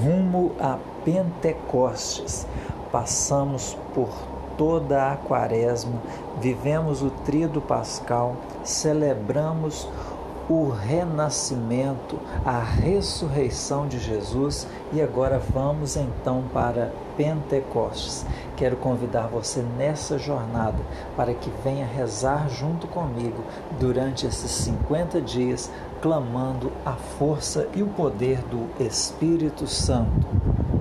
rumo a Pentecostes. Passamos por toda a quaresma, vivemos o tríduo pascal, celebramos o renascimento, a ressurreição de Jesus e agora vamos então para Pentecostes. Quero convidar você nessa jornada para que venha rezar junto comigo durante esses 50 dias, clamando a força e o poder do Espírito Santo.